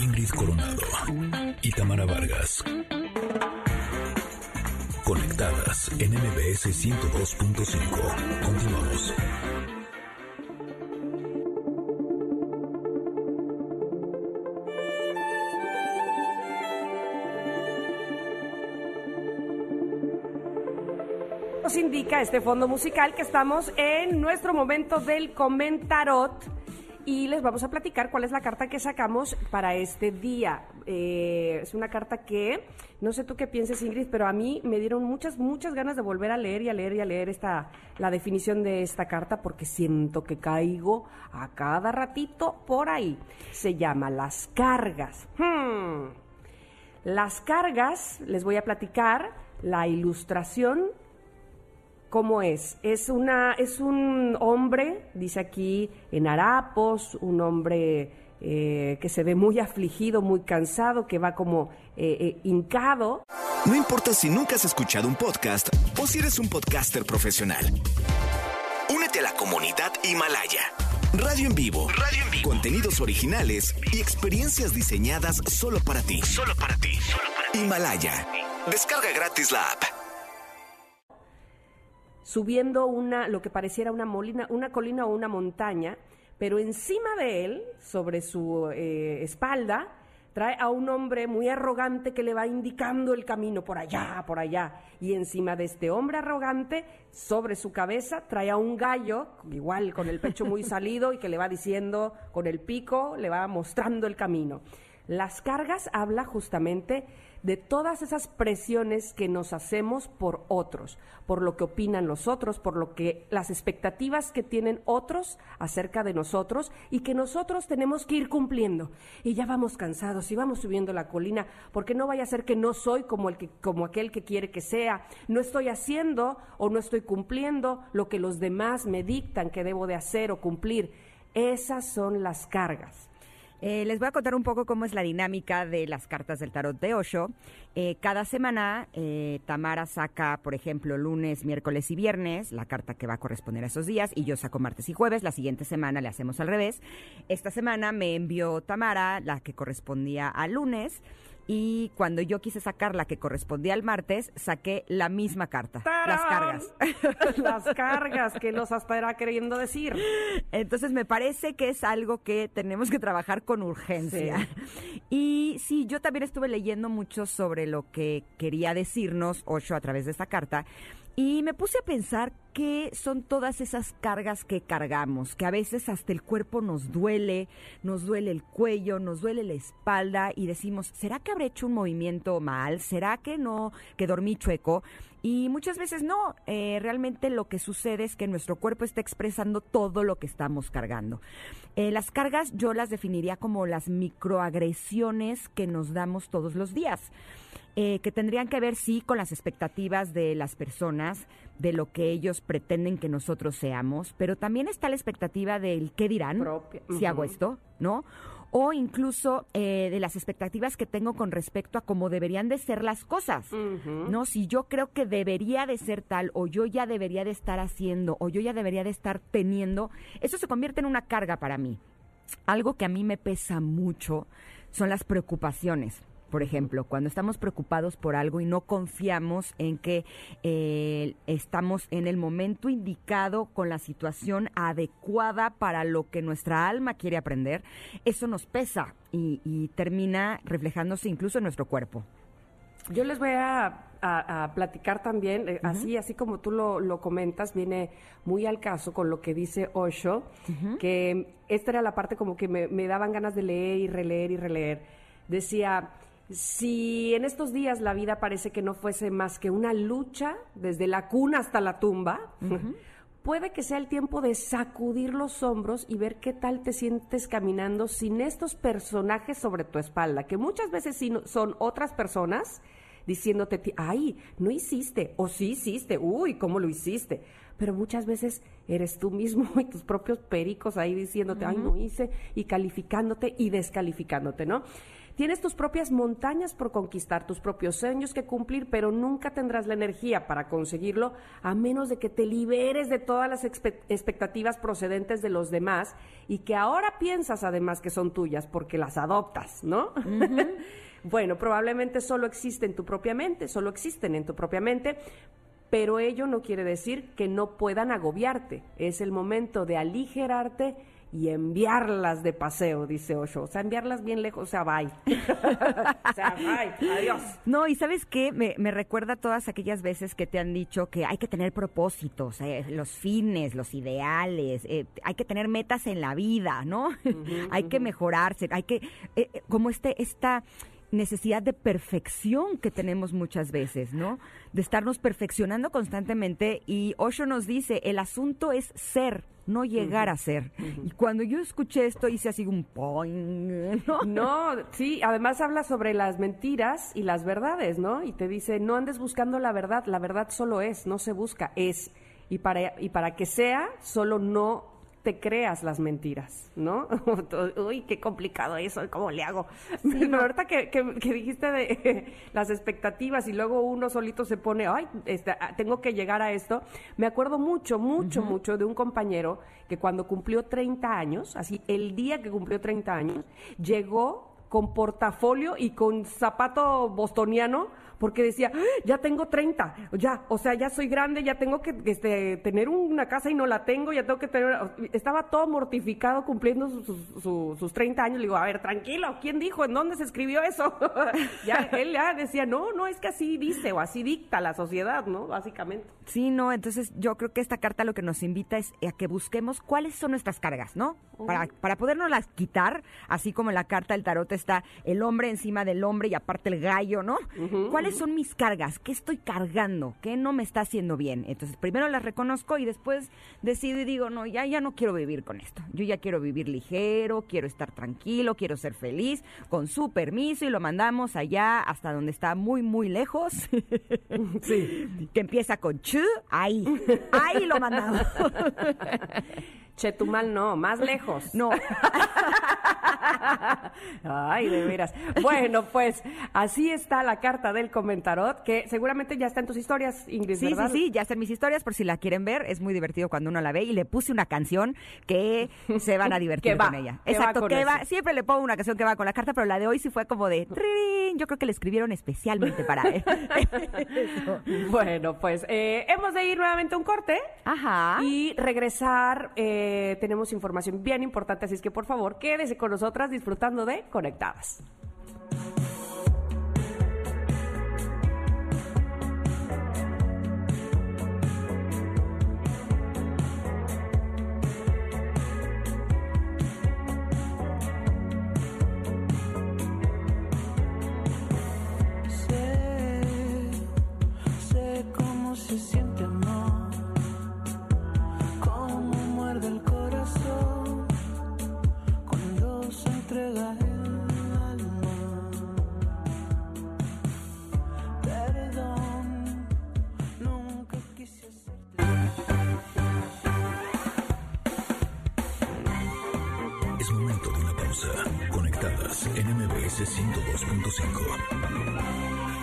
Ingrid Coronado y Tamara Vargas. Conectadas en MBS 102.5. Continuamos. Nos indica este fondo musical que estamos en nuestro momento del comentarot y les vamos a platicar cuál es la carta que sacamos para este día. Es una carta que, no sé tú qué pienses, Ingrid, pero a mí me dieron muchas ganas de volver a leer la definición de esta carta, porque siento que caigo a cada ratito por ahí. Se llama las cargas. Las cargas, les voy a platicar la ilustración. ¿Cómo es? Es un hombre, dice aquí en harapos, un hombre que se ve muy afligido, muy cansado, que va como hincado. No importa si nunca has escuchado un podcast o si eres un podcaster profesional. Únete a la comunidad Himalaya. Radio en vivo. Contenidos originales y experiencias diseñadas solo para ti. Himalaya. Descarga gratis la app. Subiendo lo que pareciera una colina o una montaña, pero encima de él, sobre su espalda, trae a un hombre muy arrogante que le va indicando el camino por allá. Y encima de este hombre arrogante, sobre su cabeza, trae a un gallo, igual con el pecho muy salido, y que le va diciendo con el pico, le va mostrando el camino. Las cargas habla justamente de todas esas presiones que nos hacemos por otros, por lo que opinan los otros, por lo que las expectativas que tienen otros acerca de nosotros y que nosotros tenemos que ir cumpliendo. Y ya vamos cansados y vamos subiendo la colina, porque no vaya a ser que no soy como aquel que quiere que sea, no estoy haciendo o no estoy cumpliendo lo que los demás me dictan que debo de hacer o cumplir. Esas son las cargas. Les voy a contar un poco cómo es la dinámica de las cartas del tarot de Osho. Cada semana Tamara saca, por ejemplo, lunes, miércoles y viernes, la carta que va a corresponder a esos días, y yo saco martes y jueves. La siguiente semana le hacemos al revés. Esta semana me envió Tamara la que correspondía al lunes, y cuando yo quise sacar la que correspondía al martes, saqué la misma carta. ¡Tarán! Las cargas. Las cargas, que nos estará queriendo decir. Entonces me parece que es algo que tenemos que trabajar con urgencia. Sí. Y sí, yo también estuve leyendo mucho sobre lo que quería decirnos Osho a través de esta carta. Y me puse a pensar qué son todas esas cargas que cargamos, que a veces hasta el cuerpo nos duele el cuello, nos duele la espalda y decimos, ¿será que habré hecho un movimiento mal? ¿Será que no, que dormí chueco? Y muchas veces no, realmente lo que sucede es que nuestro cuerpo está expresando todo lo que estamos cargando. Las cargas yo las definiría como las microagresiones que nos damos todos los días. Que tendrían que ver, sí, con las expectativas de las personas, de lo que ellos pretenden que nosotros seamos, pero también está la expectativa del qué dirán si hago esto, ¿no? O incluso de las expectativas que tengo con respecto a cómo deberían de ser las cosas, ¿no? Si yo creo que debería de ser tal, o yo ya debería de estar haciendo, o yo ya debería de estar teniendo, eso se convierte en una carga para mí. Algo que a mí me pesa mucho son las preocupaciones. Por ejemplo, cuando estamos preocupados por algo y no confiamos en que estamos en el momento indicado con la situación adecuada para lo que nuestra alma quiere aprender, eso nos pesa y termina reflejándose incluso en nuestro cuerpo. Yo les voy a platicar también, así como tú lo comentas, viene muy al caso con lo que dice Osho, que esta era la parte como que me daban ganas de leer y releer. Decía, si en estos días la vida parece que no fuese más que una lucha desde la cuna hasta la tumba, puede que sea el tiempo de sacudir los hombros y ver qué tal te sientes caminando sin estos personajes sobre tu espalda, que muchas veces sí son otras personas diciéndote, ay, no hiciste, o sí hiciste, uy, ¿cómo lo hiciste? Pero muchas veces eres tú mismo y tus propios pericos ahí diciéndote, ay, no hice, y calificándote y descalificándote, ¿no? Tienes tus propias montañas por conquistar, tus propios sueños que cumplir, pero nunca tendrás la energía para conseguirlo a menos de que te liberes de todas las expectativas procedentes de los demás y que ahora piensas además que son tuyas porque las adoptas, ¿no? Uh-huh. Bueno, probablemente solo existen en tu propia mente, pero ello no quiere decir que no puedan agobiarte. Es el momento de aligerarte y enviarlas de paseo, dice Osho. O sea, enviarlas bien lejos, o sea, bye. O sea, bye, adiós. No, y ¿sabes qué? Me recuerda todas aquellas veces que te han dicho que hay que tener propósitos, los fines, los ideales, hay que tener metas en la vida, ¿no? Uh-huh, hay que mejorarse, hay que, como esta necesidad de perfección que tenemos muchas veces, ¿no? De estarnos perfeccionando constantemente, y Osho nos dice, el asunto es ser, no llegar a ser. Y cuando yo escuché esto hice así un poing, ¿no? No, sí, además habla sobre las mentiras y las verdades, ¿no? Y te dice, no andes buscando la verdad solo es, no se busca, es. Y para que sea, solo no te creas las mentiras, ¿no? Uy, qué complicado eso, ¿cómo le hago? Sí, pero ahorita que dijiste de las expectativas y luego uno solito se pone, ay, tengo que llegar a esto, me acuerdo mucho de un compañero que cuando cumplió 30 años, así, el día que cumplió 30 años, llegó con portafolio y con zapato bostoniano, porque decía, ya tengo 30, ya soy grande, ya tengo que tener una casa y no la tengo, ya tengo que tener... Estaba todo mortificado cumpliendo sus 30 años. Le digo, a ver, tranquilo, ¿quién dijo? ¿En dónde se escribió eso? Él ya decía, no, es que así dice o así dicta la sociedad, ¿no? Básicamente. Sí, no, entonces yo creo que esta carta lo que nos invita es a que busquemos cuáles son nuestras cargas, ¿no? Para podernoslas quitar, así como en la carta del tarot está el hombre encima del hombre y aparte el gallo, ¿no? ¿Cuáles son mis cargas? ¿Qué estoy cargando? ¿Qué no me está haciendo bien? Entonces, primero las reconozco y después decido y digo, no, ya no quiero vivir con esto. Yo ya quiero vivir ligero, quiero estar tranquilo, quiero ser feliz, con su permiso, y lo mandamos allá hasta donde está muy, muy lejos. Sí. Que empieza con ch, ahí lo mandamos. Chetumal no, más lejos. No. Ay, de veras. Bueno, pues así está la carta del Comentarot, que seguramente ya está en tus historias, Ingrid, ¿verdad? Sí, ya está en mis historias, por si la quieren ver. Es muy divertido cuando uno la ve, y le puse una canción que se van a divertir con ella. Exacto, que va. Siempre le pongo una canción que va con la carta, pero la de hoy sí fue como de trin. Yo creo que le escribieron especialmente para él. Bueno, pues hemos de ir nuevamente a un corte. Ajá. Y regresar. Tenemos información bien importante, así es que por favor quédese con nosotras disfrutando de Conectadas. Sé cómo se siente amor, cómo muerde el corazón cuando se entrega el alma. Perdón, nunca quise hacerte. Es momento de una pausa. Conectadas en MBS 102.5.